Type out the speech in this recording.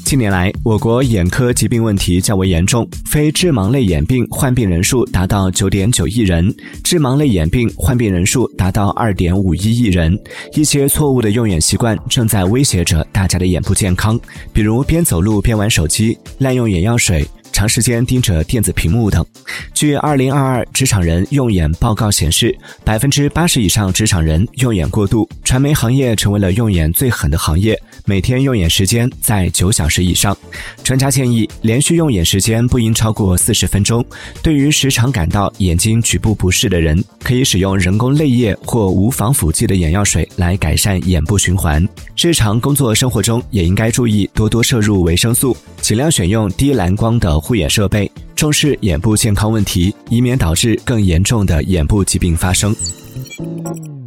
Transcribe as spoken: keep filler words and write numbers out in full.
近年来，我国眼科疾病问题较为严重，非致盲类眼病患病人数达到 九点九亿人，致盲类眼病患病人数达到 二点五一亿人。一些错误的用眼习惯正在威胁着大家的眼部健康，比如边走路边玩手机、滥用眼药水、长时间盯着电子屏幕等。据二零二二职场人用眼报告显示， 百分之八十 以上职场人用眼过度，传媒行业成为了用眼最狠的行业，每天用眼时间在九小时以上。专家建议，连续用眼时间不应超过四十分钟。对于时常感到眼睛局部不适的人，可以使用人工泪液或无防腐剂的眼药水来改善眼部循环。日常工作生活中也应该注意多多摄入维生素，尽量选用低蓝光的护眼设备，重视眼部健康问题，以免导致更严重的眼部疾病发生。